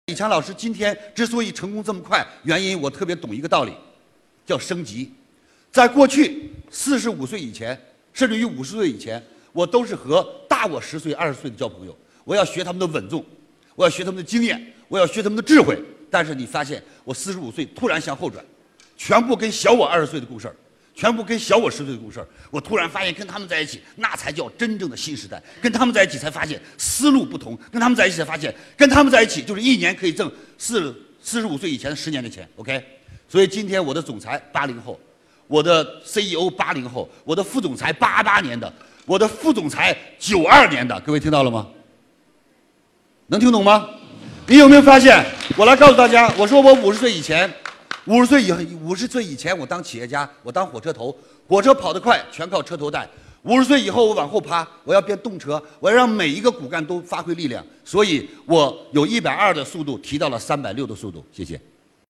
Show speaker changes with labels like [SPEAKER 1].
[SPEAKER 1] 李强老师今天之所以成功这么快，原因我特别懂一个道理，叫升级。在过去45岁以前，甚至于50岁以前，我都是和大我10岁、20岁的交朋友，我要学他们的稳重，我要学他们的经验，我要学他们的智慧。但是你发现，我45岁突然向后转，全部跟小我20岁的共事儿。 全部跟小我10岁的共事儿，我突然发现跟他们在一起，那才叫真正的新时代。跟他们在一起才发现思路不同，跟他们在一起才发现，跟他们在一起就是1年可以挣45岁以前的10年的钱。OK， 所以今天我的总裁80后，我的 CEO 80后，我的副总裁88年的，我的副总裁92年的，各位听到了吗？能听懂吗？你有没有发现？我来告诉大家，我说我50岁以前。 50岁以前，我当企业家，我当火车头，火车跑得快，全靠车头带。50岁以后，我往后趴，我要变动车，我要让每一个骨干都发挥力量，所以我有120的速度提到了360的速度。谢谢。